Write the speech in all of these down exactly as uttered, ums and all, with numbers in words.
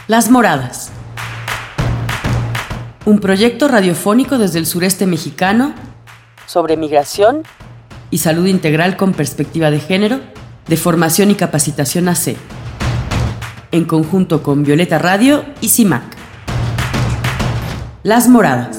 Las Moradas. Un proyecto radiofónico desde el sureste mexicano sobre migración y salud integral con perspectiva de género, de formación y capacitación A C, en conjunto con Violeta Radio y CIMAC. Las Moradas.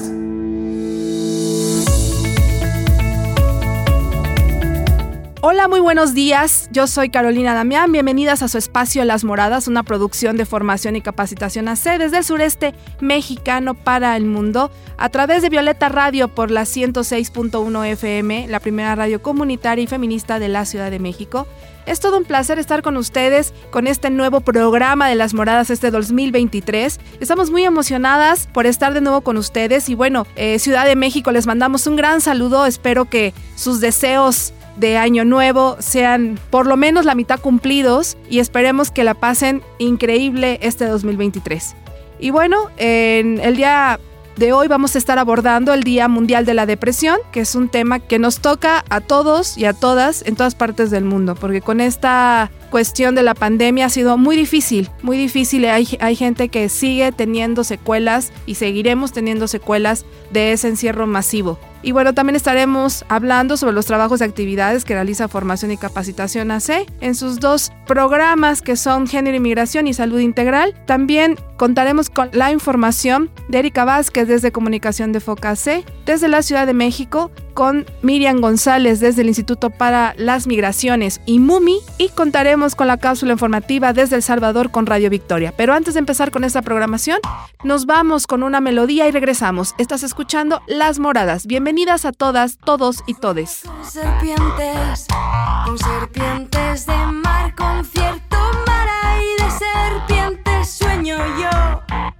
Hola, muy buenos días. Yo soy Carolina Damián. Bienvenidas a su espacio Las Moradas, una producción de formación y capacitación A C desde el sureste mexicano para el mundo, a través de Violeta Radio por la ciento seis punto uno F M, la primera radio comunitaria y feminista de la Ciudad de México. Es todo un placer estar con ustedes con este nuevo programa de Las Moradas este dos mil veintitrés. Estamos muy emocionadas por estar de nuevo con ustedes y bueno, eh, Ciudad de México, les mandamos un gran saludo. Espero que sus deseos de año nuevo sean por lo menos la mitad cumplidos y esperemos que la pasen increíble este dos mil veintitrés. Y bueno, en el día de hoy vamos a estar abordando el Día Mundial de la Depresión, que es un tema que nos toca a todos y a todas en todas partes del mundo, porque con esta cuestión de la pandemia ha sido muy difícil, muy difícil. Hay, hay gente que sigue teniendo secuelas y seguiremos teniendo secuelas de ese encierro masivo. Y bueno, también estaremos hablando sobre los trabajos y actividades que realiza Formación y Capacitación A C en sus dos programas que son Género y Migración y Salud Integral. También contaremos con la información de Erika Vázquez desde Comunicación de Foca A C, desde la Ciudad de México, con Miriam González desde el Instituto para las Migraciones y MUMI, y contaremos con la cápsula informativa desde El Salvador con Radio Victoria. Pero antes de empezar con esta programación, nos vamos con una melodía y regresamos. Estás escuchando Las Moradas. Bienvenidas a todas, todos y todes. Con serpientes, con serpientes de mar, con cierto mar y de serpientes sueño yo.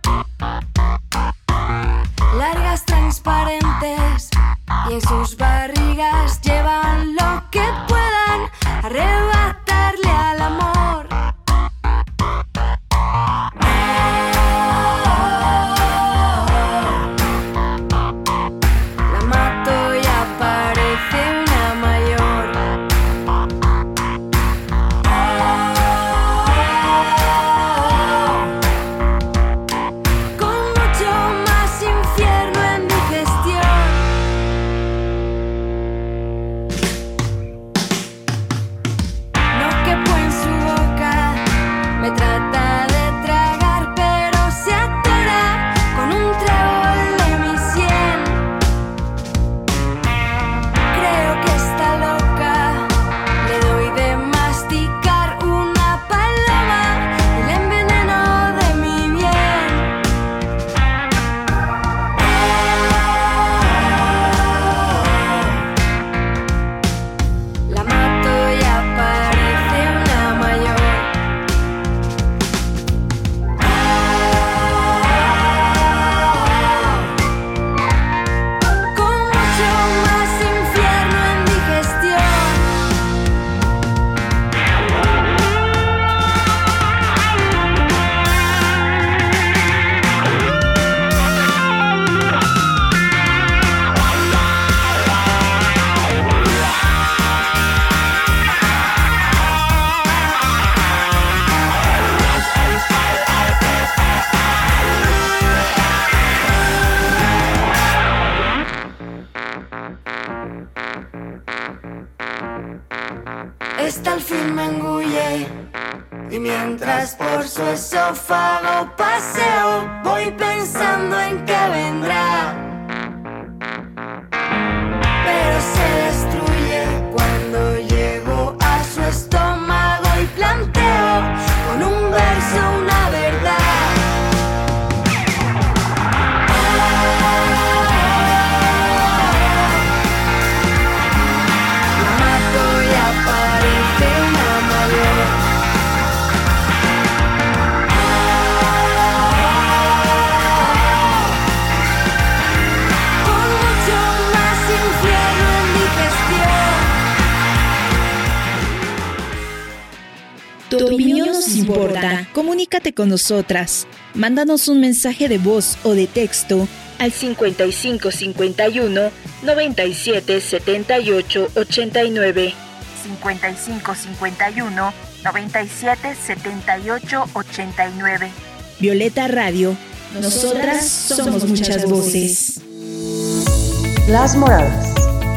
Largas transparentes y en sus barrigas llevan lo que puedan arrebatarle al amor. La mato y aparece una mayor. Con mucho más infierno en digestión. No quepo en su boca, me trata de tragar, pero se atora con un trébol de mi sien. Creo que está loca, le doy de masticar una paloma y la enveneno de mi bien. La mato y aparece una mayor. Con mucho más infierno en digestión. Esta al fin me engulle y mientras por su esófago paseo voy pensando en qué vendrá, pero se destruye cuando llego a su estómago y planteo con un verso una verdad. La mato y aparece una mayor. Con mucho más infierno en digestión. Tu opinión nos importa. Comunícate con nosotras. Mándanos un mensaje de voz o de texto al cincuenta y cinco cincuenta y uno noventa y siete setenta y ocho ochenta y nueve. cincuenta y cinco cincuenta y uno noventa y siete setenta y ocho ochenta y nueve. Violeta Radio. Nosotras somos muchas voces. Las Moradas.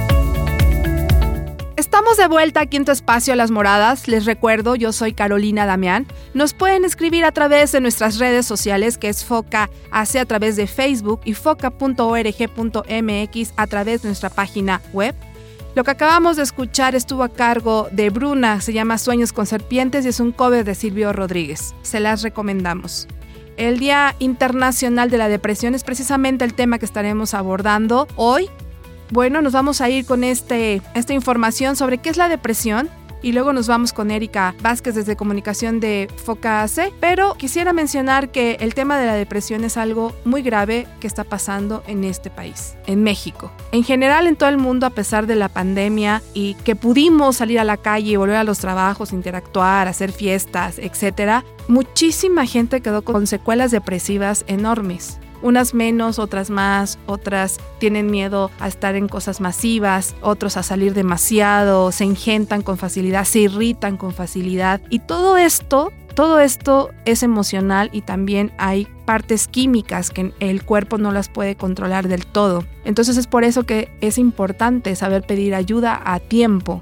Estamos de vuelta aquí en tu espacio Las Moradas. Les recuerdo, yo soy Carolina Damián. Nos pueden escribir a través de nuestras redes sociales, que es Foca A C a través de Facebook y foca punto org punto m x a través de nuestra página web. Lo que acabamos de escuchar estuvo a cargo de Bruna, se llama Sueños con Serpientes y es un cover de Silvio Rodríguez. Se las recomendamos. El Día Internacional de la Depresión es precisamente el tema que estaremos abordando hoy. Bueno, nos vamos a ir con este, esta información sobre qué es la depresión y luego nos vamos con Erika Vázquez desde Comunicación de Foca A C. Pero quisiera mencionar que el tema de la depresión es algo muy grave que está pasando en este país, en México. En general, en todo el mundo, a pesar de la pandemia y que pudimos salir a la calle y volver a los trabajos, interactuar, hacer fiestas, etcétera, muchísima gente quedó con secuelas depresivas enormes. Unas menos, otras más, otras tienen miedo a estar en cosas masivas, otros a salir demasiado, se engentan con facilidad, se irritan con facilidad. Y todo esto, todo esto es emocional y también hay partes químicas que el cuerpo no las puede controlar del todo. Entonces es por eso que es importante saber pedir ayuda a tiempo.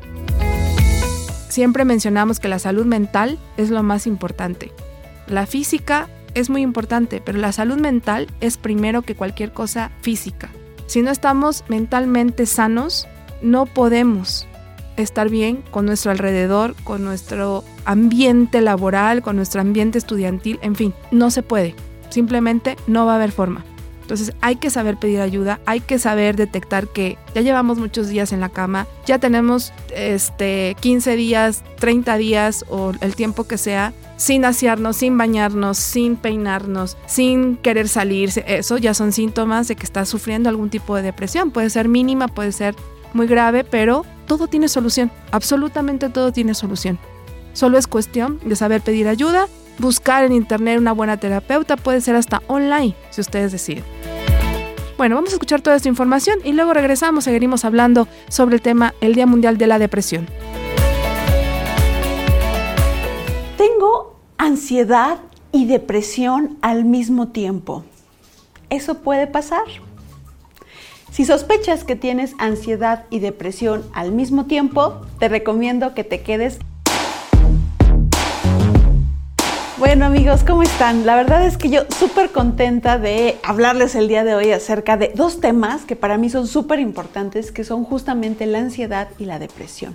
Siempre mencionamos que la salud mental es lo más importante. La física es muy importante, pero la salud mental es primero que cualquier cosa física. Si no estamos mentalmente sanos, no podemos estar bien con nuestro alrededor, con nuestro ambiente laboral, con nuestro ambiente estudiantil, en fin, no se puede. Simplemente no va a haber forma. Entonces hay que saber pedir ayuda, hay que saber detectar que ya llevamos muchos días en la cama, ya tenemos este, quince días, treinta días o el tiempo que sea, sin asearnos, sin bañarnos, sin peinarnos, sin querer salir. Eso ya son síntomas de que estás sufriendo algún tipo de depresión. Puede ser mínima, puede ser muy grave, pero todo tiene solución. Absolutamente todo tiene solución. Solo es cuestión de saber pedir ayuda, buscar en internet una buena terapeuta, puede ser hasta online, si ustedes deciden. Bueno, vamos a escuchar toda esta información y luego regresamos, seguiremos hablando sobre el tema el Día Mundial de la Depresión. Tengo ansiedad y depresión al mismo tiempo. ¿Eso puede pasar? Si sospechas que tienes ansiedad y depresión al mismo tiempo, te recomiendo que te quedes. Bueno amigos, ¿cómo están? La verdad es que yo súper contenta de hablarles el día de hoy acerca de dos temas que para mí son súper importantes, que son justamente la ansiedad y la depresión.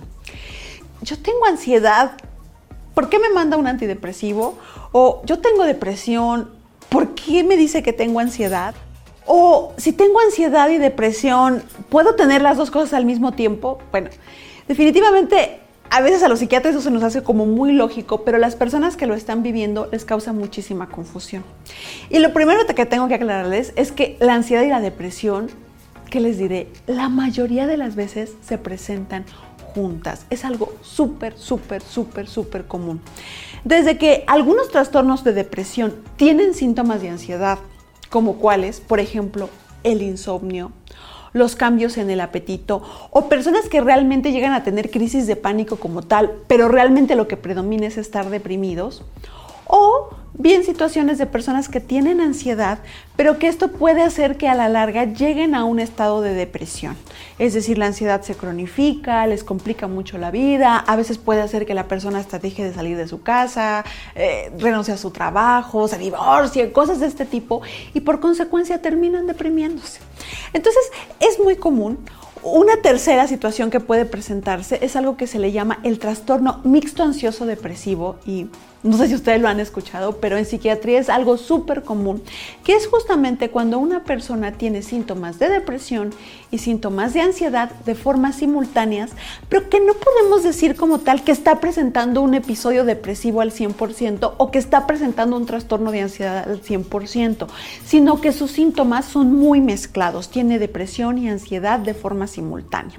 Yo tengo ansiedad, ¿por qué me manda un antidepresivo? O yo tengo depresión, ¿por qué me dice que tengo ansiedad? O si tengo ansiedad y depresión, ¿puedo tener las dos cosas al mismo tiempo? Bueno, definitivamente a veces a los psiquiatras eso se nos hace como muy lógico, pero las personas que lo están viviendo les causa muchísima confusión. Y lo primero que tengo que aclararles es que la ansiedad y la depresión, ¿qué les diré? La mayoría de las veces se presentan juntas. Es algo súper, súper, súper, súper común. Desde que algunos trastornos de depresión tienen síntomas de ansiedad, como cuáles, por ejemplo, el insomnio, los cambios en el apetito o personas que realmente llegan a tener crisis de pánico como tal, pero realmente lo que predomina es estar deprimidos, o bien situaciones de personas que tienen ansiedad, pero que esto puede hacer que a la larga lleguen a un estado de depresión. Es decir, la ansiedad se cronifica, les complica mucho la vida, a veces puede hacer que la persona hasta deje de salir de su casa, eh, renuncie a su trabajo, se divorcie, cosas de este tipo, y por consecuencia terminan deprimiéndose. Entonces, es muy común. Una tercera situación que puede presentarse es algo que se le llama el trastorno mixto ansioso depresivo, y no sé si ustedes lo han escuchado, pero en psiquiatría es algo súper común, que es justamente cuando una persona tiene síntomas de depresión y síntomas de ansiedad de formas simultáneas, pero que no podemos decir como tal que está presentando un episodio depresivo al cien por ciento o que está presentando un trastorno de ansiedad al cien por ciento, sino que sus síntomas son muy mezclados, tiene depresión y ansiedad de forma simultánea.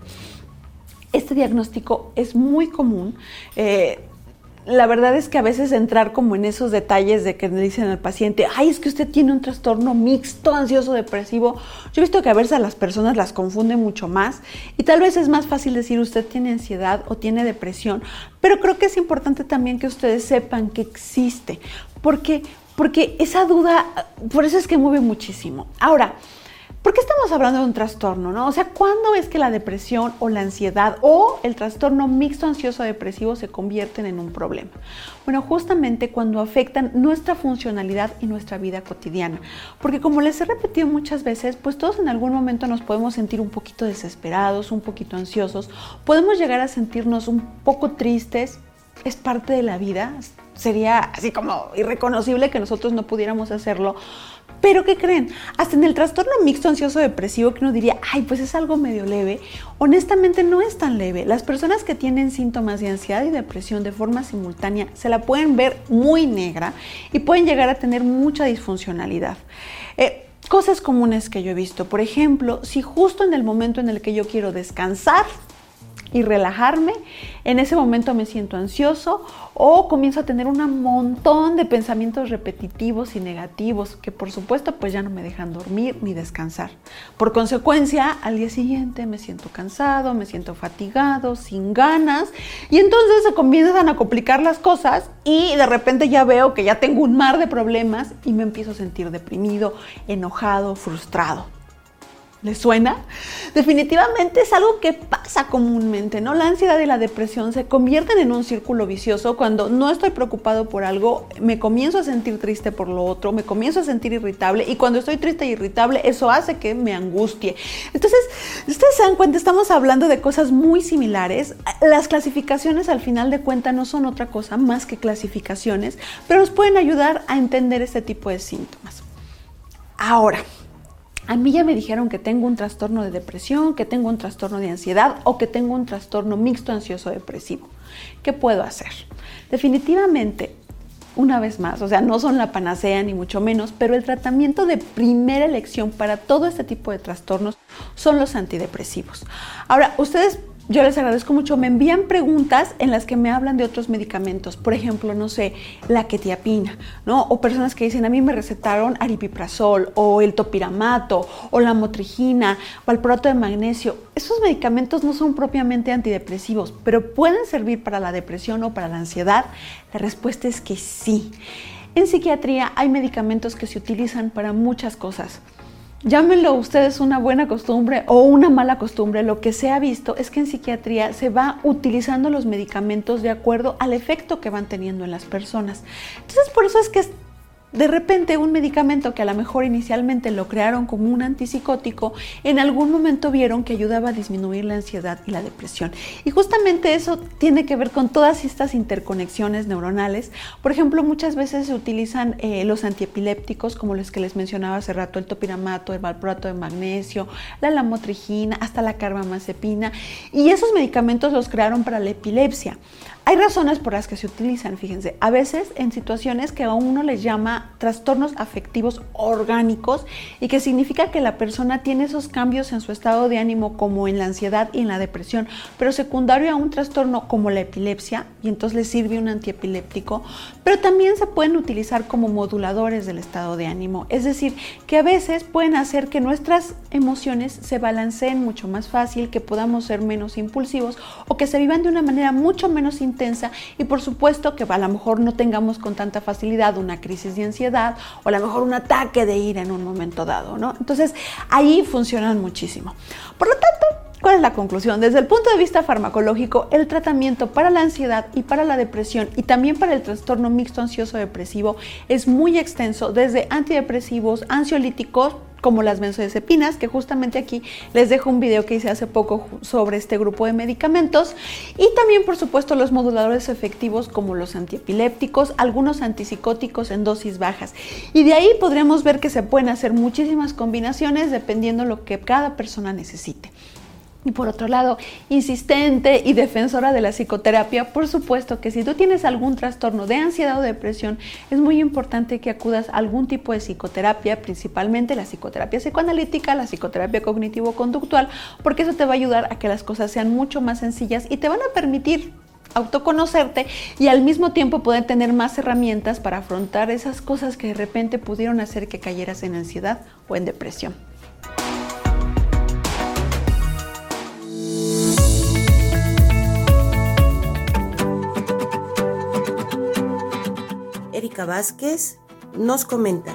Este diagnóstico es muy común. Eh, La verdad es que a veces entrar como en esos detalles de que le dicen al paciente, ay, es que usted tiene un trastorno mixto, ansioso, depresivo. Yo he visto que a veces a las personas las confunde mucho más y tal vez es más fácil decir usted tiene ansiedad o tiene depresión, pero creo que es importante también que ustedes sepan que existe, porque porque esa duda, por eso es que mueve muchísimo. Ahora, ¿por qué estamos hablando de un trastorno, no? O sea, ¿cuándo es que la depresión o la ansiedad o el trastorno mixto ansioso depresivo se convierten en un problema? Bueno, justamente cuando afectan nuestra funcionalidad y nuestra vida cotidiana. Porque como les he repetido muchas veces, pues todos en algún momento nos podemos sentir un poquito desesperados, un poquito ansiosos, podemos llegar a sentirnos un poco tristes, es parte de la vida, sería así como irreconocible que nosotros no pudiéramos hacerlo. Pero ¿qué creen? Hasta en el trastorno mixto ansioso depresivo, que uno diría, ay, pues es algo medio leve, honestamente no es tan leve. Las personas que tienen síntomas de ansiedad y depresión de forma simultánea se la pueden ver muy negra y pueden llegar a tener mucha disfuncionalidad. Eh, cosas comunes que yo he visto, por ejemplo, si justo en el momento en el que yo quiero descansar y relajarme, en ese momento me siento ansioso o comienzo a tener un montón de pensamientos repetitivos y negativos que por supuesto pues ya no me dejan dormir ni descansar. Por consecuencia, al día siguiente me siento cansado, me siento fatigado, sin ganas y entonces se comienzan a complicar las cosas y de repente ya veo que ya tengo un mar de problemas y me empiezo a sentir deprimido, enojado, frustrado. ¿Les suena? Definitivamente es algo que pasa comúnmente, ¿no? La ansiedad y la depresión se convierten en un círculo vicioso. Cuando no estoy preocupado por algo, me comienzo a sentir triste por lo otro, me comienzo a sentir irritable y cuando estoy triste e irritable, eso hace que me angustie. Entonces, ustedes se dan cuenta, estamos hablando de cosas muy similares. Las clasificaciones al final de cuentas no son otra cosa más que clasificaciones, pero nos pueden ayudar a entender este tipo de síntomas. Ahora, a mí ya me dijeron que tengo un trastorno de depresión, que tengo un trastorno de ansiedad o que tengo un trastorno mixto ansioso depresivo. ¿Qué puedo hacer? Definitivamente, una vez más, o sea, no son la panacea ni mucho menos, pero el tratamiento de primera elección para todo este tipo de trastornos son los antidepresivos. Ahora, ustedes, yo les agradezco mucho, me envían preguntas en las que me hablan de otros medicamentos, por ejemplo, no sé, la quetiapina, ¿no? O personas que dicen, a mí me recetaron aripiprazol, o el topiramato, o la motrigina, valproato de magnesio. Esos medicamentos no son propiamente antidepresivos, pero pueden servir para la depresión o para la ansiedad. La respuesta es que sí. En psiquiatría hay medicamentos que se utilizan para muchas cosas. Llámenlo ustedes una buena costumbre o una mala costumbre, lo que se ha visto es que en psiquiatría se va utilizando los medicamentos de acuerdo al efecto que van teniendo en las personas. Entonces, por eso es que es de repente un medicamento que a lo mejor inicialmente lo crearon como un antipsicótico, en algún momento vieron que ayudaba a disminuir la ansiedad y la depresión. Y justamente eso tiene que ver con todas estas interconexiones neuronales. Por ejemplo, muchas veces se utilizan eh, los antiepilépticos, como los que les mencionaba hace rato, el topiramato, el valproato de magnesio, la lamotrigina, hasta la carbamazepina. Y esos medicamentos los crearon para la epilepsia. Hay razones por las que se utilizan, fíjense, a veces en situaciones que a uno les llama trastornos afectivos orgánicos y que significa que la persona tiene esos cambios en su estado de ánimo como en la ansiedad y en la depresión, pero secundario a un trastorno como la epilepsia y entonces les sirve un antiepiléptico, pero también se pueden utilizar como moduladores del estado de ánimo, es decir, que a veces pueden hacer que nuestras emociones se balanceen mucho más fácil, que podamos ser menos impulsivos o que se vivan de una manera mucho menos intensa intensa y por supuesto que a lo mejor no tengamos con tanta facilidad una crisis de ansiedad o a lo mejor un ataque de ira en un momento dado, ¿no? Entonces ahí funcionan muchísimo. Por lo tanto, ¿cuál es la conclusión? Desde el punto de vista farmacológico, el tratamiento para la ansiedad y para la depresión y también para el trastorno mixto ansioso depresivo es muy extenso, desde antidepresivos, ansiolíticos, como las benzodiazepinas, que justamente aquí les dejo un video que hice hace poco sobre este grupo de medicamentos, y también por supuesto los moduladores efectivos como los antiepilépticos, algunos antipsicóticos en dosis bajas, y de ahí podríamos ver que se pueden hacer muchísimas combinaciones dependiendo lo que cada persona necesite. Y por otro lado, insistente y defensora de la psicoterapia, por supuesto que si tú tienes algún trastorno de ansiedad o depresión, es muy importante que acudas a algún tipo de psicoterapia, principalmente la psicoterapia psicoanalítica, la psicoterapia cognitivo-conductual, porque eso te va a ayudar a que las cosas sean mucho más sencillas y te van a permitir autoconocerte y al mismo tiempo poder tener más herramientas para afrontar esas cosas que de repente pudieron hacer que cayeras en ansiedad o en depresión. Erika Vázquez, nos comenta.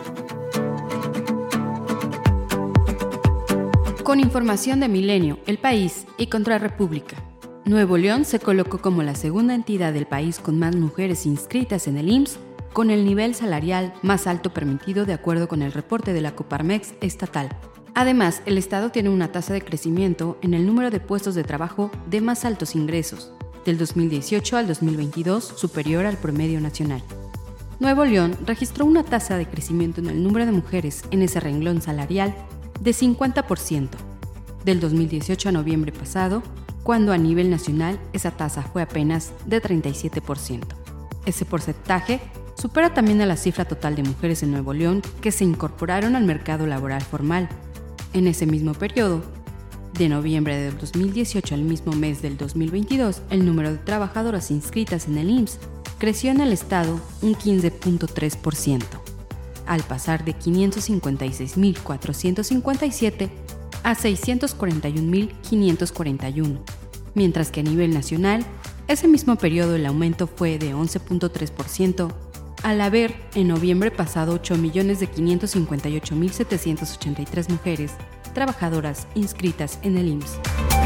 Con información de Milenio, El País y Contrarrepública. Nuevo León se colocó como la segunda entidad del país con más mujeres inscritas en el I M S S, con el nivel salarial más alto permitido de acuerdo con el reporte de la Coparmex estatal. Además, el estado tiene una tasa de crecimiento en el número de puestos de trabajo de más altos ingresos, del dos mil dieciocho al dos mil veintidós superior al promedio nacional. Nuevo León registró una tasa de crecimiento en el número de mujeres en ese renglón salarial de cincuenta por ciento, del dos mil dieciocho a noviembre pasado, cuando a nivel nacional esa tasa fue apenas de treinta y siete por ciento. Ese porcentaje supera también a la cifra total de mujeres en Nuevo León que se incorporaron al mercado laboral formal. En ese mismo periodo, de noviembre del dos mil dieciocho al mismo mes del dos mil veintidós, el número de trabajadoras inscritas en el I M S S creció en el estado un quince punto tres por ciento, al pasar de quinientos cincuenta y seis mil cuatrocientos cincuenta y siete a seiscientos cuarenta y un mil quinientos cuarenta y uno, mientras que a nivel nacional, ese mismo periodo el aumento fue de once punto tres por ciento, al haber en noviembre pasado ocho millones quinientos cincuenta y ocho mil setecientas ochenta y tres mujeres trabajadoras inscritas en el I M S S.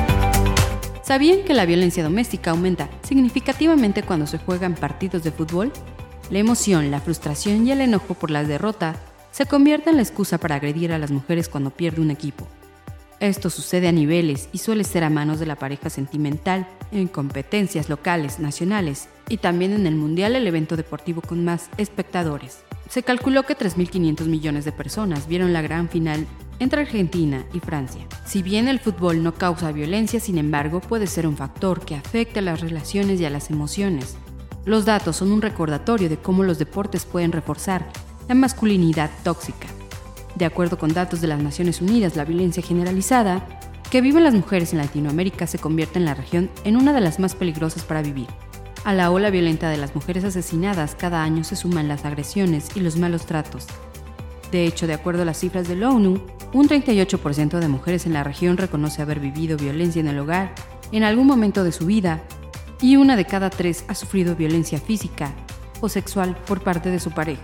¿Sabían que la violencia doméstica aumenta significativamente cuando se juegan partidos de fútbol? La emoción, la frustración y el enojo por la derrota se convierten en la excusa para agredir a las mujeres cuando pierde un equipo. Esto sucede a niveles y suele ser a manos de la pareja sentimental, en competencias locales, nacionales y también en el Mundial, el evento deportivo con más espectadores. Se calculó que tres mil quinientos millones de personas vieron la gran final entre Argentina y Francia. Si bien el fútbol no causa violencia, sin embargo, puede ser un factor que afecte a las relaciones y a las emociones. Los datos son un recordatorio de cómo los deportes pueden reforzar la masculinidad tóxica. De acuerdo con datos de las Naciones Unidas, la violencia generalizada que viven las mujeres en Latinoamérica se convierte en la región en una de las más peligrosas para vivir. A la ola violenta de las mujeres asesinadas cada año se suman las agresiones y los malos tratos. De hecho, de acuerdo a las cifras de la ONU, un treinta y ocho por ciento de mujeres en la región reconoce haber vivido violencia en el hogar en algún momento de su vida, y una de cada tres ha sufrido violencia física o sexual por parte de su pareja.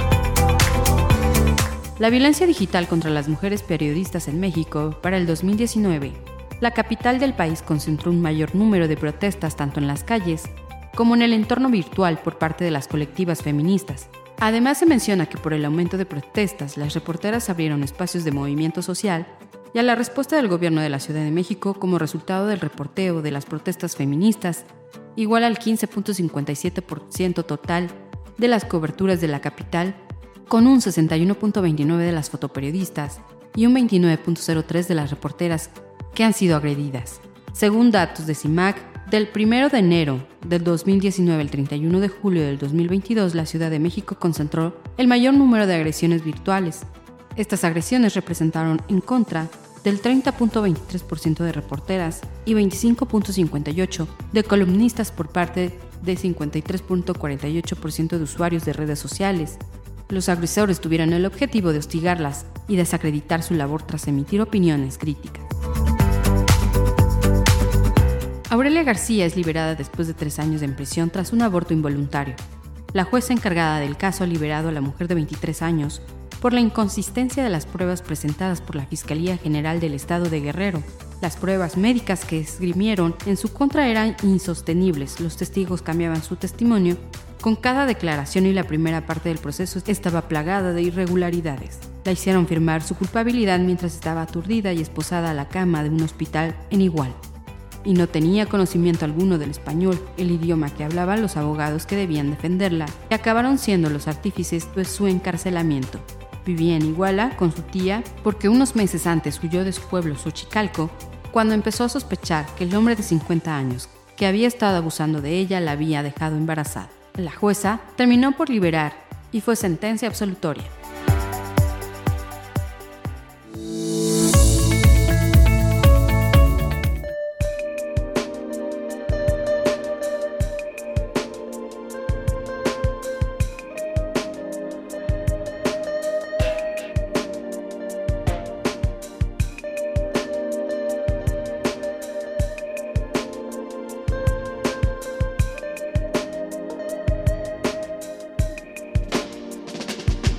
La violencia digital contra las mujeres periodistas en México para el dos mil diecinueve, la capital del país concentró un mayor número de protestas tanto en las calles como en el entorno virtual por parte de las colectivas feministas. Además, se menciona que por el aumento de protestas, las reporteras abrieron espacios de movimiento social y a la respuesta del gobierno de la Ciudad de México como resultado del reporteo de las protestas feministas, igual al quince punto cincuenta y siete por ciento total de las coberturas de la capital, con un sesenta y uno punto veintinueve por ciento de las fotoperiodistas y un veintinueve punto cero tres por ciento de las reporteras que han sido agredidas. Según datos de CIMAC, del primero de enero del dos mil diecinueve al treinta y uno de julio del dos mil veintidós, la Ciudad de México concentró el mayor número de agresiones virtuales. Estas agresiones representaron en contra del treinta punto veintitrés por ciento de reporteras y veinticinco punto cincuenta y ocho por ciento de columnistas por parte de cincuenta y tres punto cuarenta y ocho por ciento de usuarios de redes sociales. Los agresores tuvieron el objetivo de hostigarlas y desacreditar su labor tras emitir opiniones críticas. Aurelia García es liberada después de tres años en prisión tras un aborto involuntario. La jueza encargada del caso ha liberado a la mujer de veintitrés años por la inconsistencia de las pruebas presentadas por la Fiscalía General del Estado de Guerrero. Las pruebas médicas que esgrimieron en su contra eran insostenibles. Los testigos cambiaban su testimonio con cada declaración y la primera parte del proceso estaba plagada de irregularidades. La hicieron firmar su culpabilidad mientras estaba aturdida y esposada a la cama de un hospital en Iguala, y no tenía conocimiento alguno del español, el idioma que hablaban los abogados que debían defenderla, y acabaron siendo los artífices de su encarcelamiento. Vivía en Iguala con su tía porque unos meses antes huyó de su pueblo Xochicalco cuando empezó a sospechar que el hombre de cincuenta años que había estado abusando de ella la había dejado embarazada. La jueza terminó por liberar y fue sentencia absolutoria.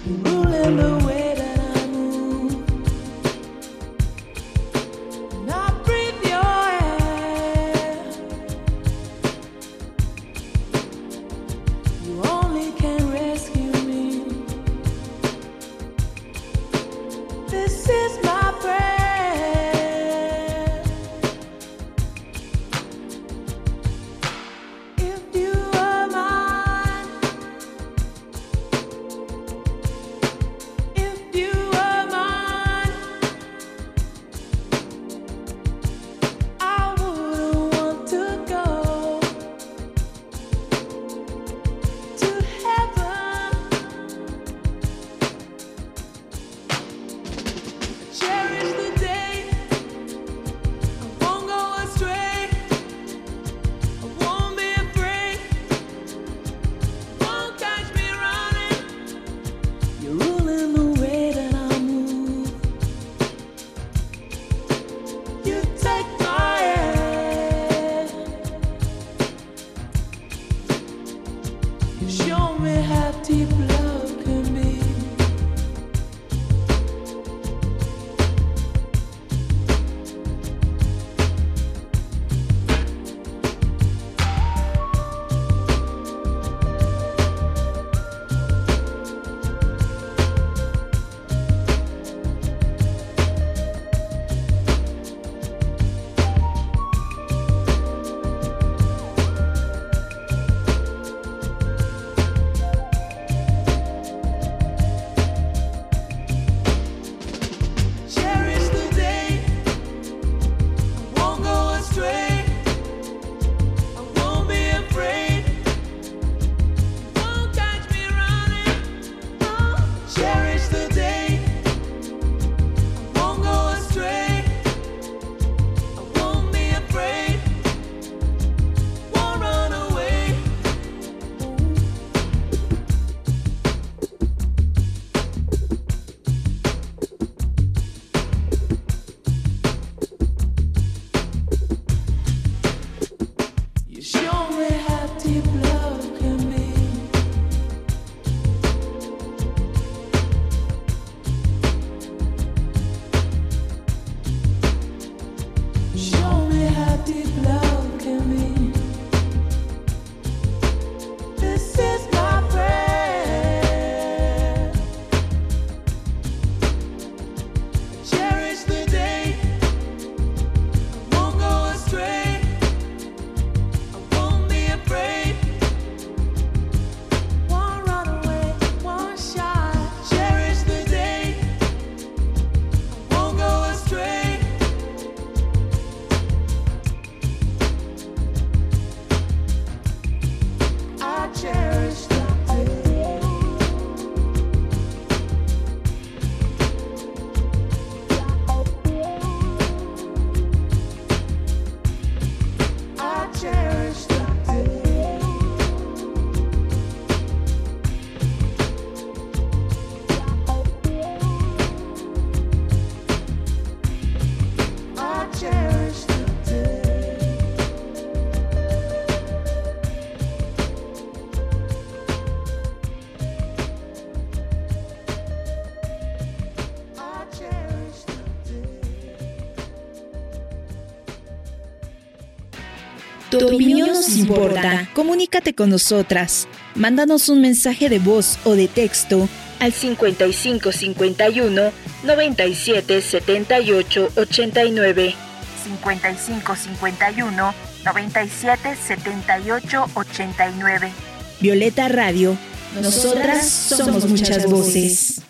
Tu opinión nos importa. Comunícate con nosotras. Mándanos un mensaje de voz o de texto al cincuenta y cinco cincuenta y uno noventa y siete setenta y ocho ochenta y nueve. cincuenta y cinco cincuenta y uno noventa y siete setenta y ocho ochenta y nueve. Violeta Radio. Nosotras somos muchas voces.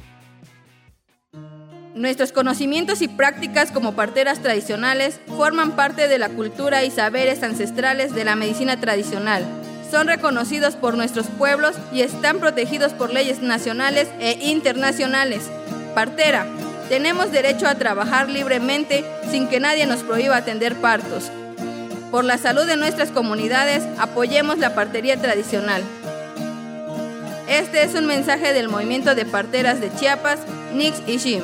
Nuestros conocimientos y prácticas como parteras tradicionales forman parte de la cultura y saberes ancestrales de la medicina tradicional. Son reconocidos por nuestros pueblos y están protegidos por leyes nacionales e internacionales. Partera, tenemos derecho a trabajar libremente sin que nadie nos prohíba atender partos. Por la salud de nuestras comunidades, apoyemos la partería tradicional. Este es un mensaje del movimiento de parteras de Chiapas, Nix y Shim.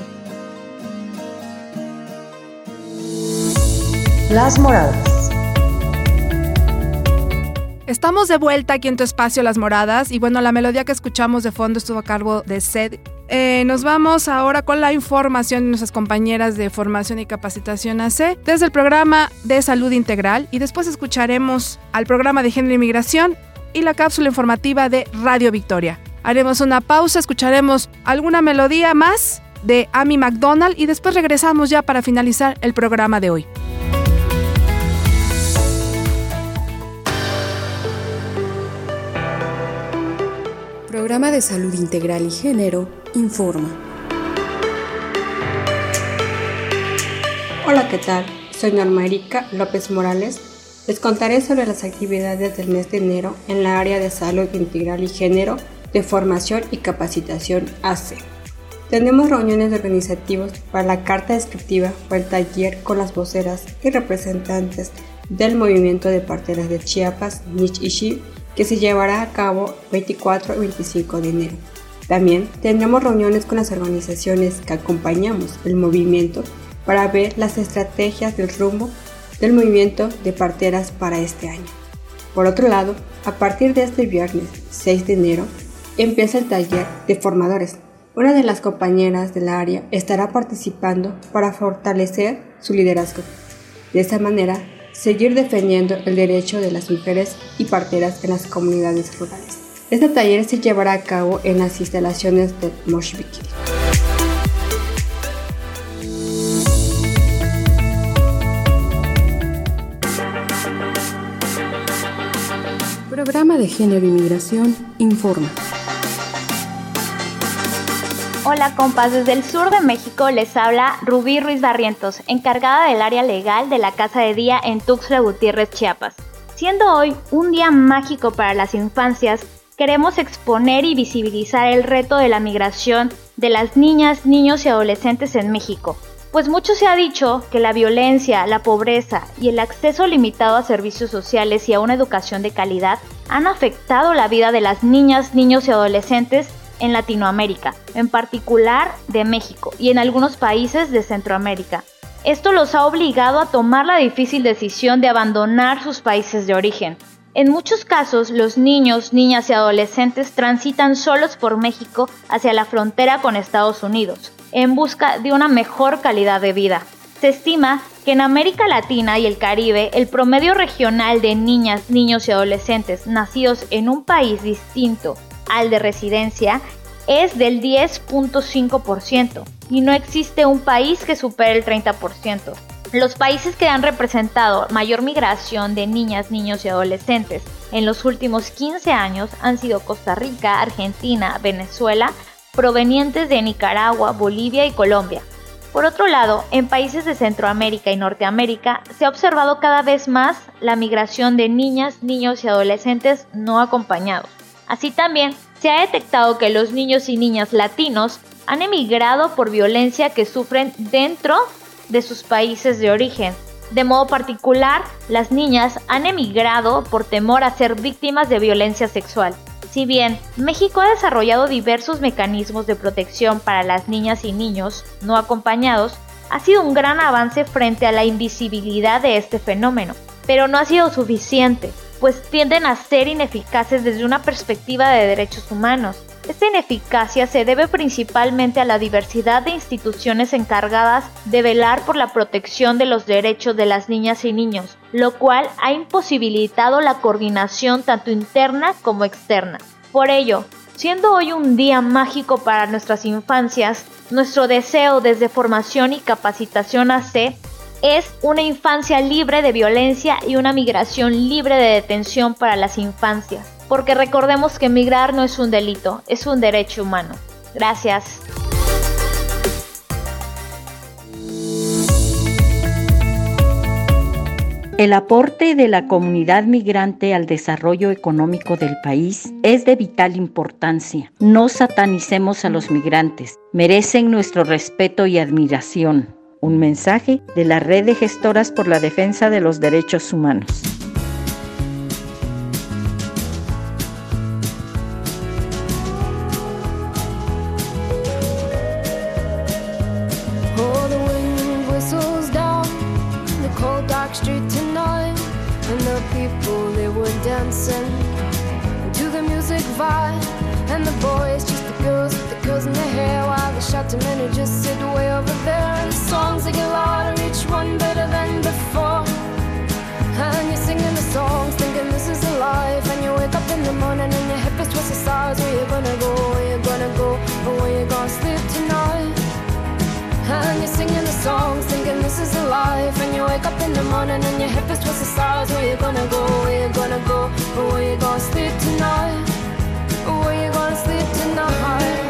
Las Moradas. Estamos de vuelta aquí en tu espacio Las Moradas y bueno, la melodía que escuchamos de fondo estuvo a cargo de Sed. Eh, nos vamos ahora con la información de nuestras compañeras de Formación y Capacitación A C desde el programa de Salud Integral y después escucharemos al programa de Género y Migración y la cápsula informativa de Radio Victoria. Haremos una pausa, escucharemos alguna melodía más de Amy McDonald y después regresamos ya para finalizar el programa de hoy. Programa de Salud Integral y Género informa. Hola, ¿qué tal? Soy Norma Erika López Morales. Les contaré sobre las actividades del mes de enero en la área de Salud Integral y Género de Formación y Capacitación A C. Tenemos reuniones organizativas para la carta descriptiva o el taller con las voceras y representantes del movimiento de parteras de Chiapas, Nich y Shi, que se llevará a cabo veinticuatro y veinticinco de enero. También tendremos reuniones con las organizaciones que acompañamos el movimiento para ver las estrategias del rumbo del movimiento de parteras para este año. Por otro lado, a partir de este viernes seis de enero empieza el taller de formadores. Una de las compañeras del área estará participando para fortalecer su liderazgo. De esta manera, seguir defendiendo el derecho de las mujeres y parteras en las comunidades rurales. Este taller se llevará a cabo en las instalaciones de Moshbikiri. Programa de Género y Migración informa. Hola compas, desde el sur de México les habla Rubí Ruiz Barrientos, encargada del área legal de la Casa de Día en Tuxtla Gutiérrez, Chiapas. Siendo hoy un día mágico para las infancias, queremos exponer y visibilizar el reto de la migración de las niñas, niños y adolescentes en México. Pues mucho se ha dicho que la violencia, la pobreza y el acceso limitado a servicios sociales y a una educación de calidad han afectado la vida de las niñas, niños y adolescentes en Latinoamérica, en particular de México y en algunos países de Centroamérica. Esto los ha obligado a tomar la difícil decisión de abandonar sus países de origen. En muchos casos, los niños, niñas y adolescentes transitan solos por México hacia la frontera con Estados Unidos, en busca de una mejor calidad de vida. Se estima que en América Latina y el Caribe, el promedio regional de niñas, niños y adolescentes nacidos en un país distinto al de residencia es del diez punto cinco por ciento y no existe un país que supere el treinta por ciento. Los países que han representado mayor migración de niñas, niños y adolescentes en los últimos quince años han sido Costa Rica, Argentina, Venezuela, provenientes de Nicaragua, Bolivia y Colombia. Por otro lado, en países de Centroamérica y Norteamérica se ha observado cada vez más la migración de niñas, niños y adolescentes no acompañados. Así también se ha detectado que los niños y niñas latinos han emigrado por violencia que sufren dentro de sus países de origen. De modo particular, las niñas han emigrado por temor a ser víctimas de violencia sexual. Si bien México ha desarrollado diversos mecanismos de protección para las niñas y niños no acompañados, ha sido un gran avance frente a la invisibilidad de este fenómeno, pero no ha sido suficiente, pues tienden a ser ineficaces desde una perspectiva de derechos humanos. Esta ineficacia se debe principalmente a la diversidad de instituciones encargadas de velar por la protección de los derechos de las niñas y niños, lo cual ha imposibilitado la coordinación tanto interna como externa. Por ello, siendo hoy un día mágico para nuestras infancias, nuestro deseo desde Formación y Capacitación A C es una infancia libre de violencia y una migración libre de detención para las infancias. Porque recordemos que migrar no es un delito, es un derecho humano. Gracias. El aporte de la comunidad migrante al desarrollo económico del país es de vital importancia. No satanicemos a los migrantes, merecen nuestro respeto y admiración. Un mensaje de la Red de Gestoras por la Defensa de los Derechos Humanos. The people, they were dancing to the music vibe. And the boys, just the girls with the girls in their hair, while the shouting men who just sit way over there. And the songs they get louder, each one better than before. And you're singing the songs, thinking this is a life. And you wake up in the morning and your hip is twisted sides. Where you gonna go, where you gonna go, or where you gonna sleep tonight? And you're singing the songs, thinking this is a life. And you wake up in the morning and your hip is twisted sides. Where you gonna go, where you gonna go, or where you gonna sleep tonight? Where you gonna sleep tonight?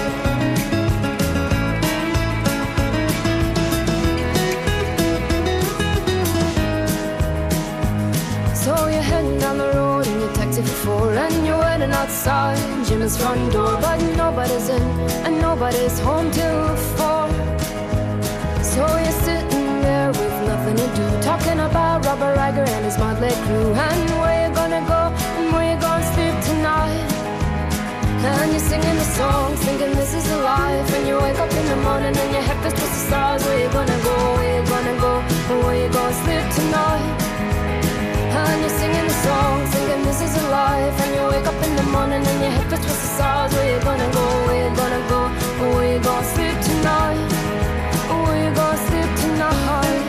So you're heading down the road in your taxi for four, and you're waiting outside Jimmy's front door, but nobody's in and nobody's home till four. So you're sitting there with nothing to do, talking about Robert Riger and his motley crew, and where you gonna go and where you gonna sleep tonight? And you're singing the songs, thinking this is a life. And you wake up in the morning and your head is twisted stars. Where you gonna go, where you gonna go, and where you gonna sleep tonight? And you're singing the songs, thinking this is a life. And you wake up in the morning and your head is twisted stars. Where you gonna go, where you gonna go, and where you gonna sleep tonight? Where you gonna sleep tonight?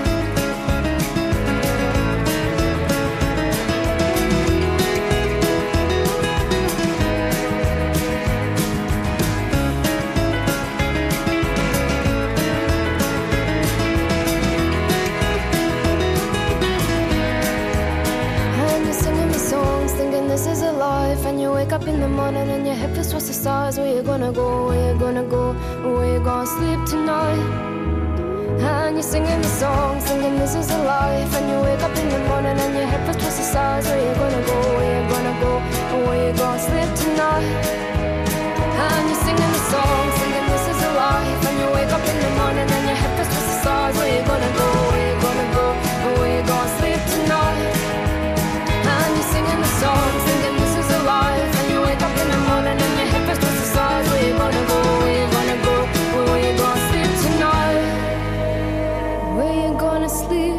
This is a life, and you wake up in the morning and your hip is twisted stars. Where you gonna go, where you gonna go, where you gonna sleep tonight? And you're singing the song, singing this is a life. And you wake up in the morning and your hip is twisted stars. Where you gonna go, where you gonna go, where you gonna sleep tonight? And you're singing the song, singing this is a life. And you wake up in the morning and your hip is twisted stars. Where you gonna go, where you gonna go, where you gonna sleep tonight? And you're singing the song, thinking this is a life. And you wake up in the morning and your hip is twisted sides. Where you gonna go, where you gonna go, where you gonna sleep tonight? Where you gonna sleep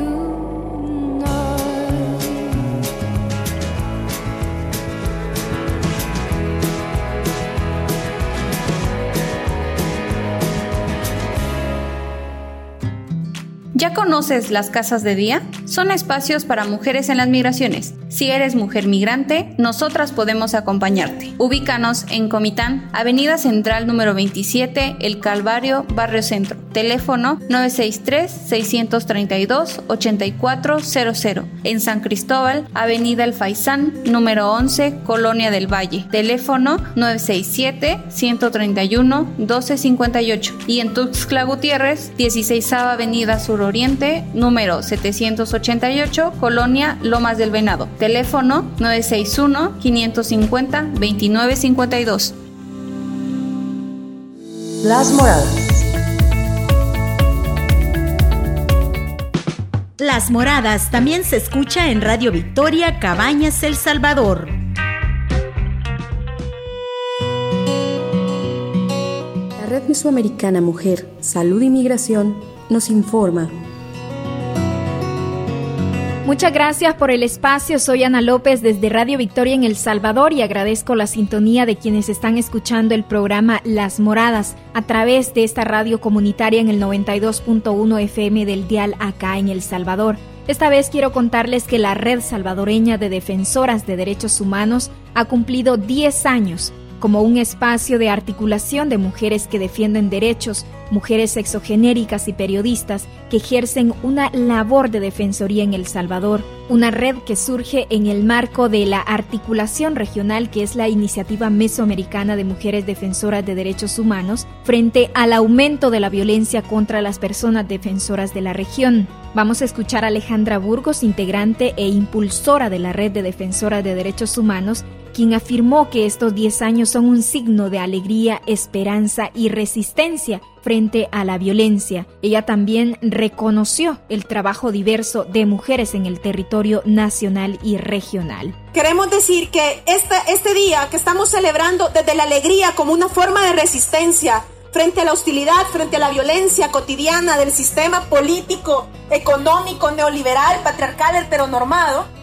¿Ya conoces las casas de día? Son espacios para mujeres en las migraciones. Si eres mujer migrante, nosotras podemos acompañarte. Ubícanos en Comitán, Avenida Central número veintisiete, El Calvario, Barrio Centro. Teléfono nueve seis tres, seis tres dos, ocho cuatro cero cero. En San Cristóbal, Avenida El Faisán, número once, Colonia del Valle. Teléfono nueve seis siete, uno tres uno, uno dos cinco ocho. Y en Tuxtla Gutiérrez, dieciséisava Avenida Suroriente, número setecientos ochenta y ocho, Colonia Lomas del Venado. Teléfono nueve seis uno, cinco cinco cero, dos nueve cinco dos. Las Moradas. Las Moradas también se escucha en Radio Victoria, Cabañas, El Salvador. La Red Mesoamericana Mujer, Salud y Migración nos informa. Muchas gracias por el espacio. Soy Ana López desde Radio Victoria en El Salvador y agradezco la sintonía de quienes están escuchando el programa Las Moradas a través de esta radio comunitaria en el noventa y dos punto uno F M del dial acá en El Salvador. Esta vez quiero contarles que la Red Salvadoreña de Defensoras de Derechos Humanos ha cumplido diez años como un espacio de articulación de mujeres que defienden derechos, mujeres sexogenéricas y periodistas que ejercen una labor de defensoría en El Salvador, una red que surge en el marco de la articulación regional que es la Iniciativa Mesoamericana de Mujeres Defensoras de Derechos Humanos frente al aumento de la violencia contra las personas defensoras de la región. Vamos a escuchar a Alejandra Burgos, integrante e impulsora de la Red de Defensoras de Derechos Humanos, quien afirmó que estos diez años son un signo de alegría, esperanza y resistencia frente a la violencia. Ella también reconoció el trabajo diverso de mujeres en el territorio nacional y regional. Queremos decir que este, este día que estamos celebrando desde la alegría como una forma de resistencia frente a la hostilidad, frente a la violencia cotidiana del sistema político, económico, neoliberal, patriarcal, heteronormado,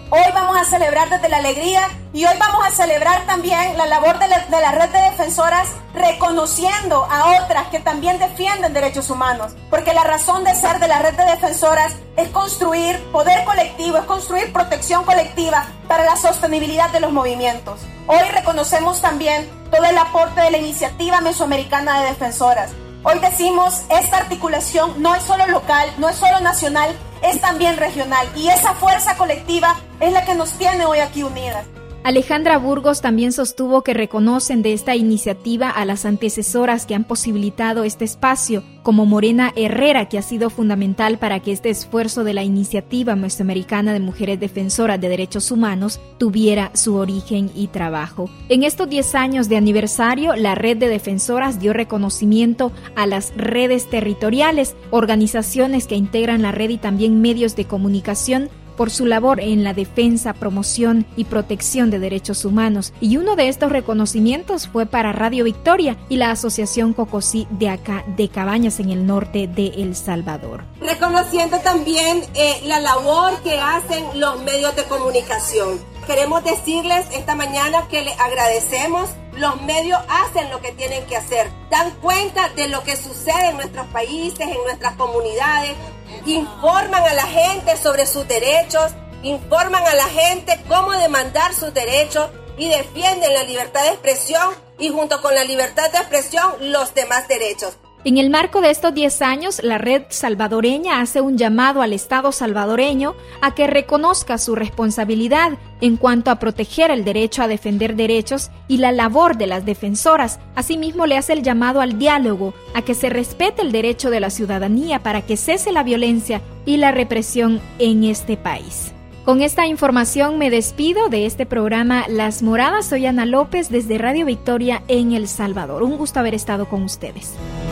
Hoy vamos a celebrar desde la alegría y hoy vamos a celebrar también la labor de la, de la red de defensoras, reconociendo a otras que también defienden derechos humanos, porque la razón de ser de la red de defensoras es construir poder colectivo, es construir protección colectiva para la sostenibilidad de los movimientos. Hoy reconocemos también todo el aporte de la Iniciativa Mesoamericana de Defensoras. Hoy decimos, esta articulación no es solo local, no es solo nacional, es también regional, y esa fuerza colectiva es la que nos tiene hoy aquí unidas. Alejandra Burgos también sostuvo que reconocen de esta iniciativa a las antecesoras que han posibilitado este espacio, como Morena Herrera, que ha sido fundamental para que este esfuerzo de la Iniciativa Mesoamericana de Mujeres Defensoras de Derechos Humanos tuviera su origen y trabajo. En estos diez años de aniversario, la Red de Defensoras dio reconocimiento a las redes territoriales, organizaciones que integran la red y también medios de comunicación, por su labor en la defensa, promoción y protección de derechos humanos. Y uno de estos reconocimientos fue para Radio Victoria y la Asociación Cocosí de acá de Cabañas en el norte de El Salvador. Reconociendo también eh, la labor que hacen los medios de comunicación. Queremos decirles esta mañana que les agradecemos. Los medios hacen lo que tienen que hacer, dan cuenta de lo que sucede en nuestros países, en nuestras comunidades, informan a la gente sobre sus derechos, informan a la gente cómo demandar sus derechos y defienden la libertad de expresión y junto con la libertad de expresión los demás derechos. En el marco de estos diez años, la red salvadoreña hace un llamado al Estado salvadoreño a que reconozca su responsabilidad en cuanto a proteger el derecho a defender derechos y la labor de las defensoras. Asimismo, le hace el llamado al diálogo, a que se respete el derecho de la ciudadanía para que cese la violencia y la represión en este país. Con esta información me despido de este programa Las Moradas. Soy Ana López desde Radio Victoria en El Salvador. Un gusto haber estado con ustedes.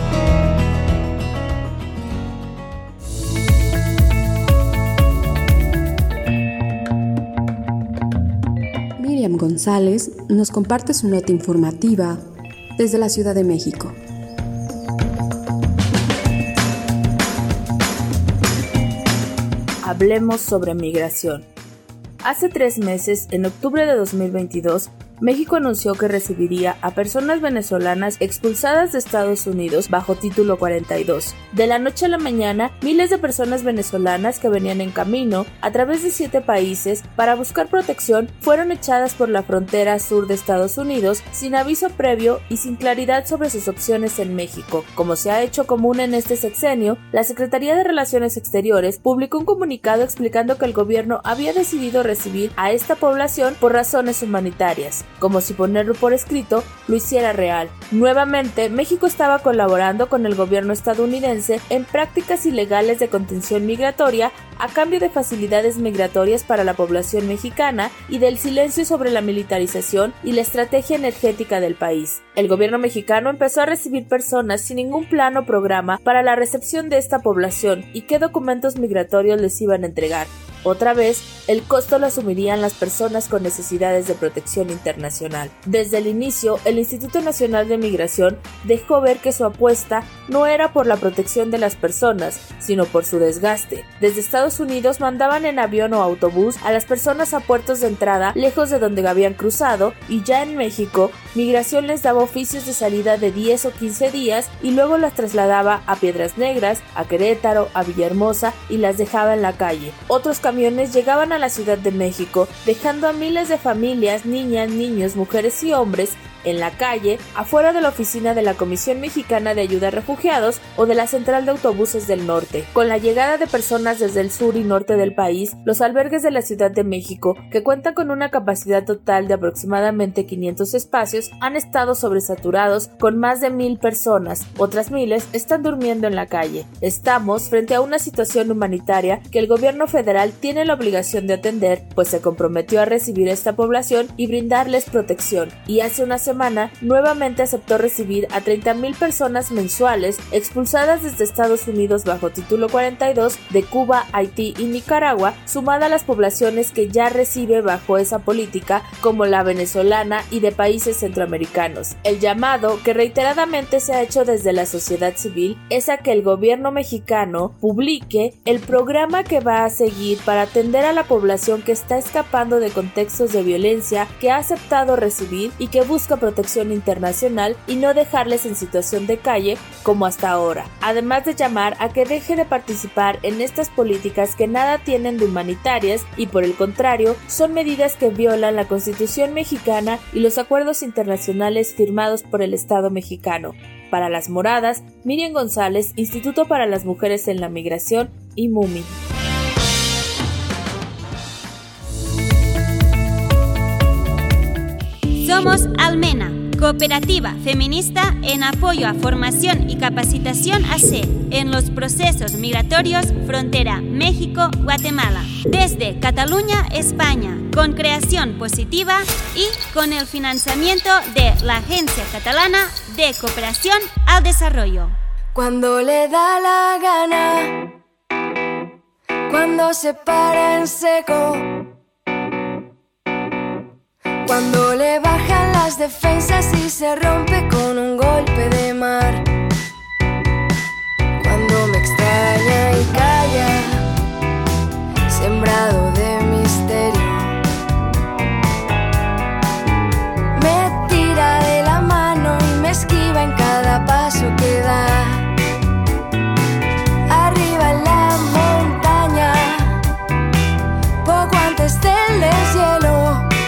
Miriam González nos comparte su nota informativa desde la Ciudad de México. Hablemos sobre migración. Hace tres meses, en octubre de dos mil veintidós, México anunció que recibiría a personas venezolanas expulsadas de Estados Unidos bajo Título cuarenta y dos. De la noche a la mañana, miles de personas venezolanas que venían en camino a través de siete países para buscar protección fueron echadas por la frontera sur de Estados Unidos sin aviso previo y sin claridad sobre sus opciones en México. Como se ha hecho común en este sexenio, la Secretaría de Relaciones Exteriores publicó un comunicado explicando que el gobierno había decidido recibir a esta población por razones humanitarias, como si ponerlo por escrito lo hiciera real. Nuevamente, México estaba colaborando con el gobierno estadounidense en prácticas ilegales de contención migratoria a cambio de facilidades migratorias para la población mexicana y del silencio sobre la militarización y la estrategia energética del país. El gobierno mexicano empezó a recibir personas sin ningún plan o programa para la recepción de esta población y qué documentos migratorios les iban a entregar. Otra vez, el costo lo asumirían las personas con necesidades de protección internacional. Desde el inicio, el Instituto Nacional de Migración dejó ver que su apuesta no era por la protección de las personas, sino por su desgaste. Desde Estados Unidos mandaban en avión o autobús a las personas a puertos de entrada lejos de donde habían cruzado, y ya en México, Migración les daba oficios de salida de diez o quince días y luego las trasladaba a Piedras Negras, a Querétaro, a Villahermosa y las dejaba en la calle. Otros camiones llegaban a la Ciudad de México, dejando a miles de familias, niñas, niños, mujeres y hombres en la calle, afuera de la oficina de la Comisión Mexicana de Ayuda a Refugiados o de la Central de Autobuses del Norte. Con la llegada de personas desde el sur y norte del país, los albergues de la Ciudad de México, que cuentan con una capacidad total de aproximadamente quinientos espacios, han estado sobresaturados con más de mil personas. Otras miles están durmiendo en la calle. Estamos frente a una situación humanitaria que el gobierno federal tiene la obligación de atender, pues se comprometió a recibir a esta población y brindarles protección. Y hace una semana semana nuevamente aceptó recibir a treinta mil personas mensuales expulsadas desde Estados Unidos bajo título cuarenta y dos de Cuba, Haití y Nicaragua, sumada a las poblaciones que ya recibe bajo esa política, como la venezolana y de países centroamericanos. El llamado, que reiteradamente se ha hecho desde la sociedad civil, es a que el gobierno mexicano publique el programa que va a seguir para atender a la población que está escapando de contextos de violencia, que ha aceptado recibir y que busca protección internacional, y no dejarles en situación de calle como hasta ahora, además de llamar a que deje de participar en estas políticas que nada tienen de humanitarias y por el contrario son medidas que violan la Constitución mexicana y los acuerdos internacionales firmados por el Estado mexicano. Para Las Moradas, Miriam González, Instituto para las Mujeres en la Migración y MUMI. Somos Almena, cooperativa feminista en apoyo a formación y capacitación A C en los procesos migratorios frontera México-Guatemala, desde Cataluña, España, con creación positiva y con el financiamiento de la Agencia Catalana de Cooperación al Desarrollo. Cuando le da la gana, cuando se para en seco, cuando le bajan las defensas y se rompe con un golpe de mar, cuando me extraña y calla, sembrado de misterio, me tira de la mano y me esquiva en cada paso que da. Arriba en la montaña, poco antes del deshielo,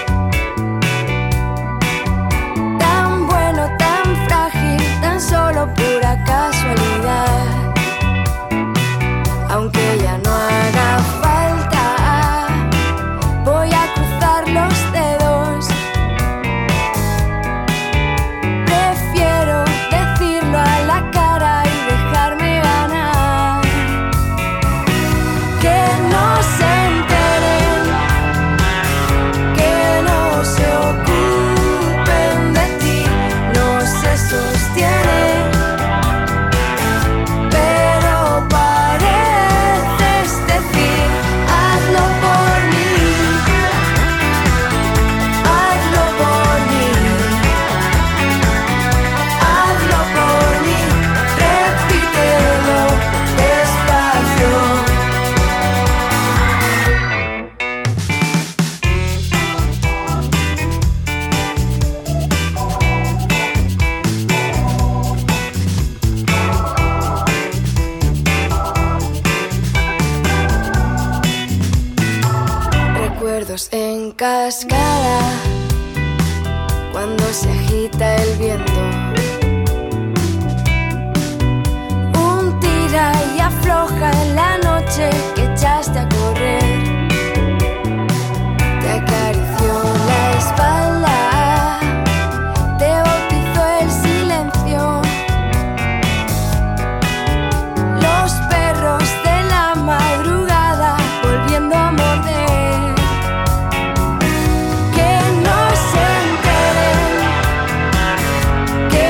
solo pura casualidad. Aunque ya no haga falta, voy a cruzar los dedos. Prefiero decirlo a la cara y dejarme ganar. Que no se enteren, que no se ocupen de ti, no se sostienen. En cascada, cuando se agita el viento, un tira y afloja en la noche que echaste a correr, te acarició la espalda, te bautizó el silencio, los perros de la madrugada volviendo a morder. Que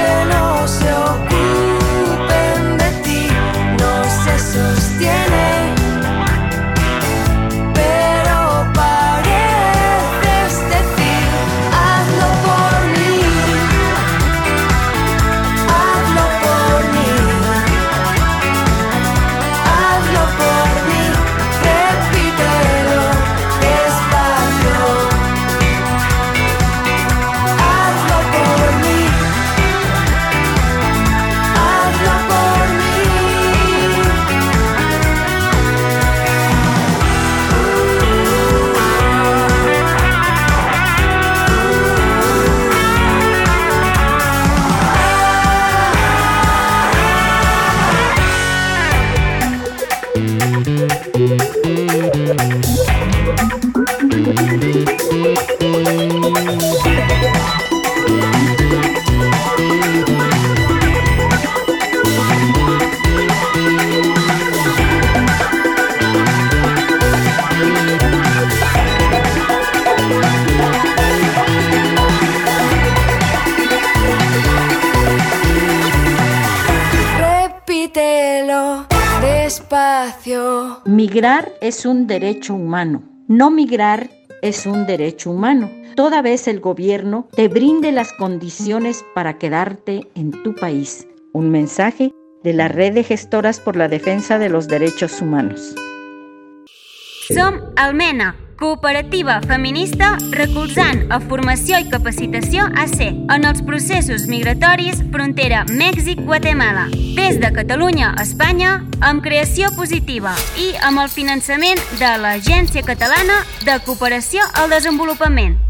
despacio. Migrar es un derecho humano. No migrar es un derecho humano. Toda vez el gobierno te brinde las condiciones para quedarte en tu país. Un mensaje de la Red de Gestoras por la Defensa de los Derechos Humanos. Som Almena, cooperativa feminista recolzant a formació i capacitació A C en els processos migratoris frontera Mèxic-Guatemala. Des de Catalunya a Espanya, amb creació positiva i amb el finançament de l'Agència Catalana de Cooperació al Desenvolupament.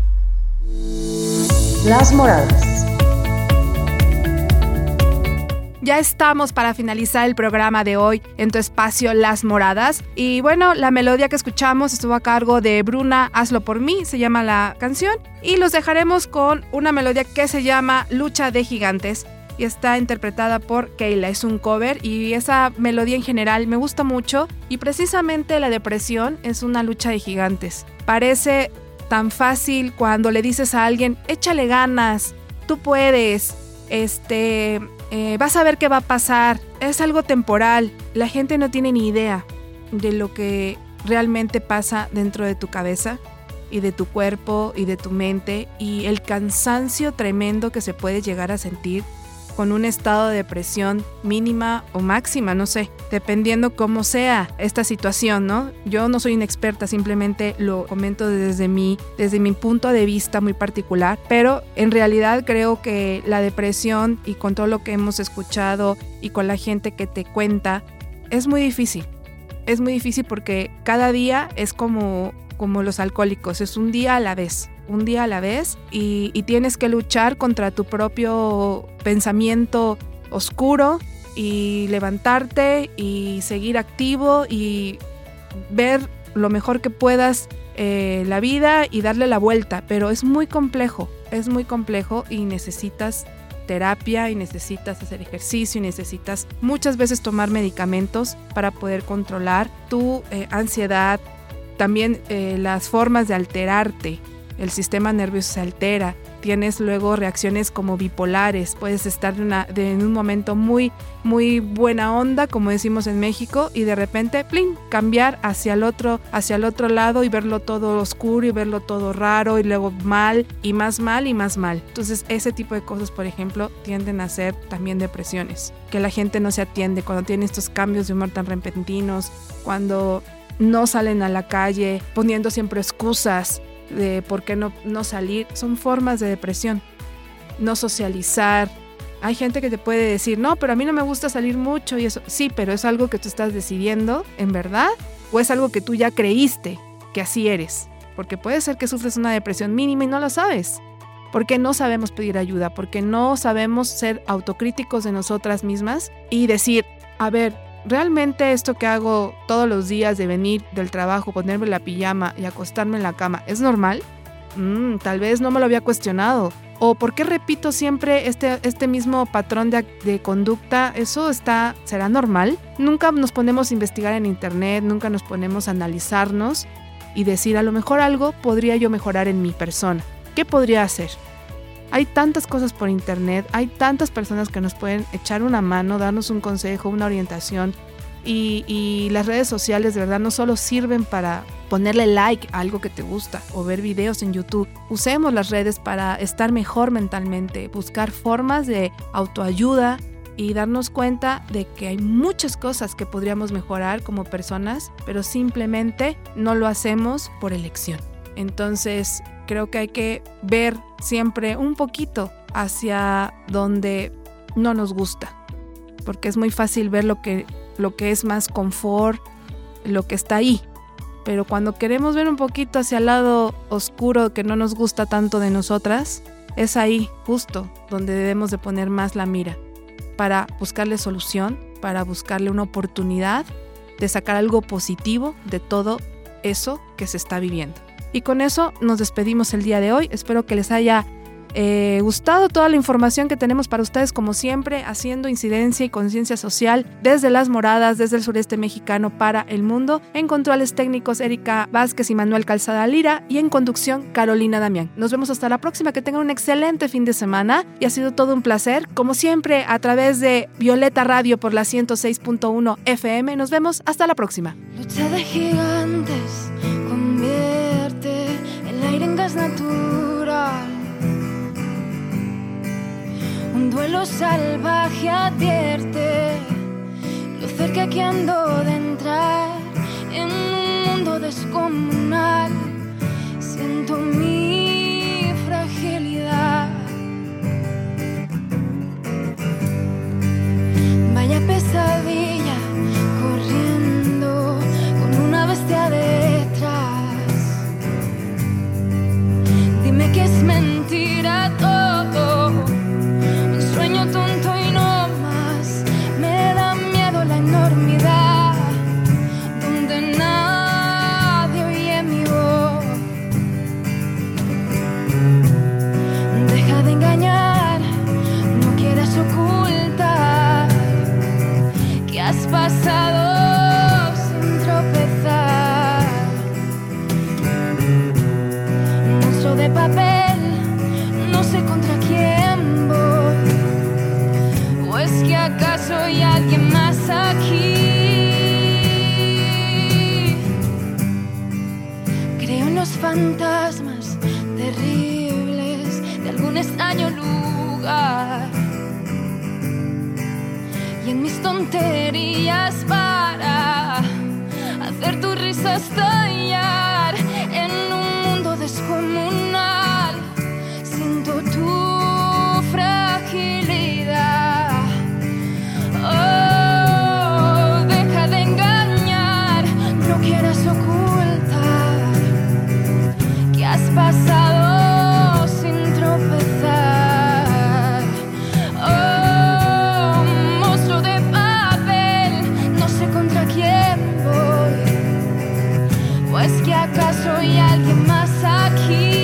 Las Moradas. Ya estamos para finalizar el programa de hoy en tu espacio Las Moradas. Y bueno, la melodía que escuchamos estuvo a cargo de Bruna Hazlo por mí, se llama la canción. Y los dejaremos con una melodía que se llama Lucha de Gigantes. Y está interpretada por Keila, es un cover. Y esa melodía en general me gusta mucho. Y precisamente la depresión es una lucha de gigantes. Parece tan fácil cuando le dices a alguien, échale ganas, tú puedes, este... Eh, vas a ver qué va a pasar, es algo temporal, la gente no tiene ni idea de lo que realmente pasa dentro de tu cabeza y de tu cuerpo y de tu mente y el cansancio tremendo que se puede llegar a sentir con un estado de depresión mínima o máxima, no sé, dependiendo cómo sea esta situación, ¿no? Yo no soy una experta, simplemente lo comento desde mi, desde mi punto de vista muy particular, pero en realidad creo que la depresión y con todo lo que hemos escuchado y con la gente que te cuenta, es muy difícil. Es muy difícil porque cada día es como, como los alcohólicos, es un día a la vez. un día a la vez y, y tienes que luchar contra tu propio pensamiento oscuro y levantarte y seguir activo y ver lo mejor que puedas eh, la vida y darle la vuelta, pero es muy complejo, es muy complejo y necesitas terapia y necesitas hacer ejercicio y necesitas muchas veces tomar medicamentos para poder controlar tu eh, ansiedad, también eh, las formas de alterarte. El sistema nervioso se altera, tienes luego reacciones como bipolares, puedes estar de una, de, en un momento muy, muy buena onda, como decimos en México, y de repente, ¡plin!, cambiar hacia el otro, hacia el otro lado y verlo todo oscuro y verlo todo raro y luego mal y más mal y más mal. Entonces ese tipo de cosas, por ejemplo, tienden a ser también depresiones, que la gente no se atiende cuando tiene estos cambios de humor tan repentinos, cuando no salen a la calle poniendo siempre excusas de por qué no, no salir, son formas de depresión. No socializar. Hay gente que te puede decir, no, pero a mí no me gusta salir mucho y eso. Sí, pero es algo que tú estás decidiendo, ¿en verdad? ¿O es algo que tú ya creíste que así eres? Porque puede ser que sufres una depresión mínima y no lo sabes. Porque no sabemos pedir ayuda, porque no sabemos ser autocríticos de nosotras mismas y decir, a ver, ¿realmente esto que hago todos los días de venir del trabajo, ponerme la pijama y acostarme en la cama, es normal? Mm, tal vez no me lo había cuestionado. ¿O por qué repito siempre este, este mismo patrón de, de conducta? ¿Eso está, será normal? Nunca nos ponemos a investigar en internet, nunca nos ponemos a analizarnos y decir, a lo mejor algo podría yo mejorar en mi persona. ¿Qué podría hacer? Hay tantas cosas por internet, hay tantas personas que nos pueden echar una mano, darnos un consejo, una orientación y, y las redes sociales de verdad no solo sirven para ponerle like a algo que te gusta o ver videos en YouTube. Usemos las redes para estar mejor mentalmente, buscar formas de autoayuda y darnos cuenta de que hay muchas cosas que podríamos mejorar como personas, pero simplemente no lo hacemos por elección. Entonces, creo que hay que ver siempre un poquito hacia donde no nos gusta, porque es muy fácil ver lo que, lo que es más confort, lo que está ahí, pero cuando queremos ver un poquito hacia el lado oscuro que no nos gusta tanto de nosotras, es ahí justo donde debemos de poner más la mira, para buscarle solución, para buscarle una oportunidad de sacar algo positivo de todo eso que se está viviendo. Y con eso nos despedimos el día de hoy. Espero que les haya eh, gustado toda la información que tenemos para ustedes, como siempre, haciendo incidencia y conciencia social desde Las Moradas, desde el sureste mexicano para el mundo. En controles técnicos, Erika Vázquez y Manuel Calzada Lira, y en conducción, Carolina Damián. Nos vemos hasta la próxima, que tengan un excelente fin de semana y ha sido todo un placer, como siempre, a través de Violeta Radio por la ciento seis punto uno F M. Nos vemos hasta la próxima. Lucha de gigantes, convierte el aire en gas natural. Un duelo salvaje advierte lo cerca que ando de entrar en un mundo descomunal. Siento mi fragilidad. Vaya pesadilla corriendo con una bestia detrás. Dime que es mentira todo, un sueño tonto y no más. Me da miedo la enormidad donde nadie oye mi voz. Deja de engañar, no quieras ocultar que has pasado sin tropezar. Monstruo de papel, no sé contra quién voy, o es que acaso hay alguien más aquí. Creo en los fantasmas terribles de algún extraño lugar y en mis tonterías para hacer tu risa estallar en un mundo descomunal. Siento tu fragilidad. Oh, deja de engañar, no quieras ocultar que has pasado sin tropezar. Oh, monstruo de papel, no sé contra quién voy, o es que acaso hay alguien más aquí.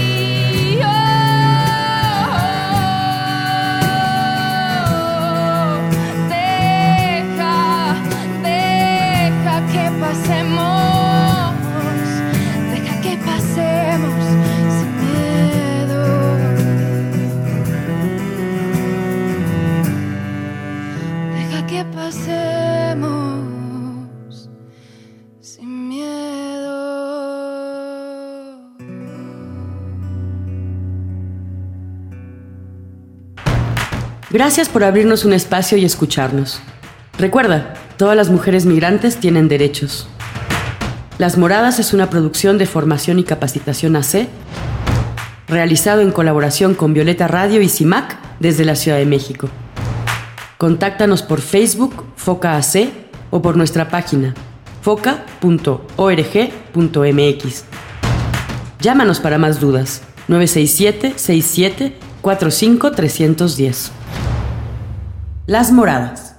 Pasemos, deja que pasemos sin miedo, deja que pasemos sin miedo. Gracias por abrirnos un espacio y escucharnos. Recuerda, todas las mujeres migrantes tienen derechos. Las Moradas es una producción de formación y capacitación A C, realizado en colaboración con Violeta Radio y CIMAC desde la Ciudad de México. Contáctanos por Facebook, Foca A C, o por nuestra página, foca punto org punto m x. Llámanos para más dudas, nueve seis siete, seis siete, cuatro cinco, tres uno cero. Las Moradas.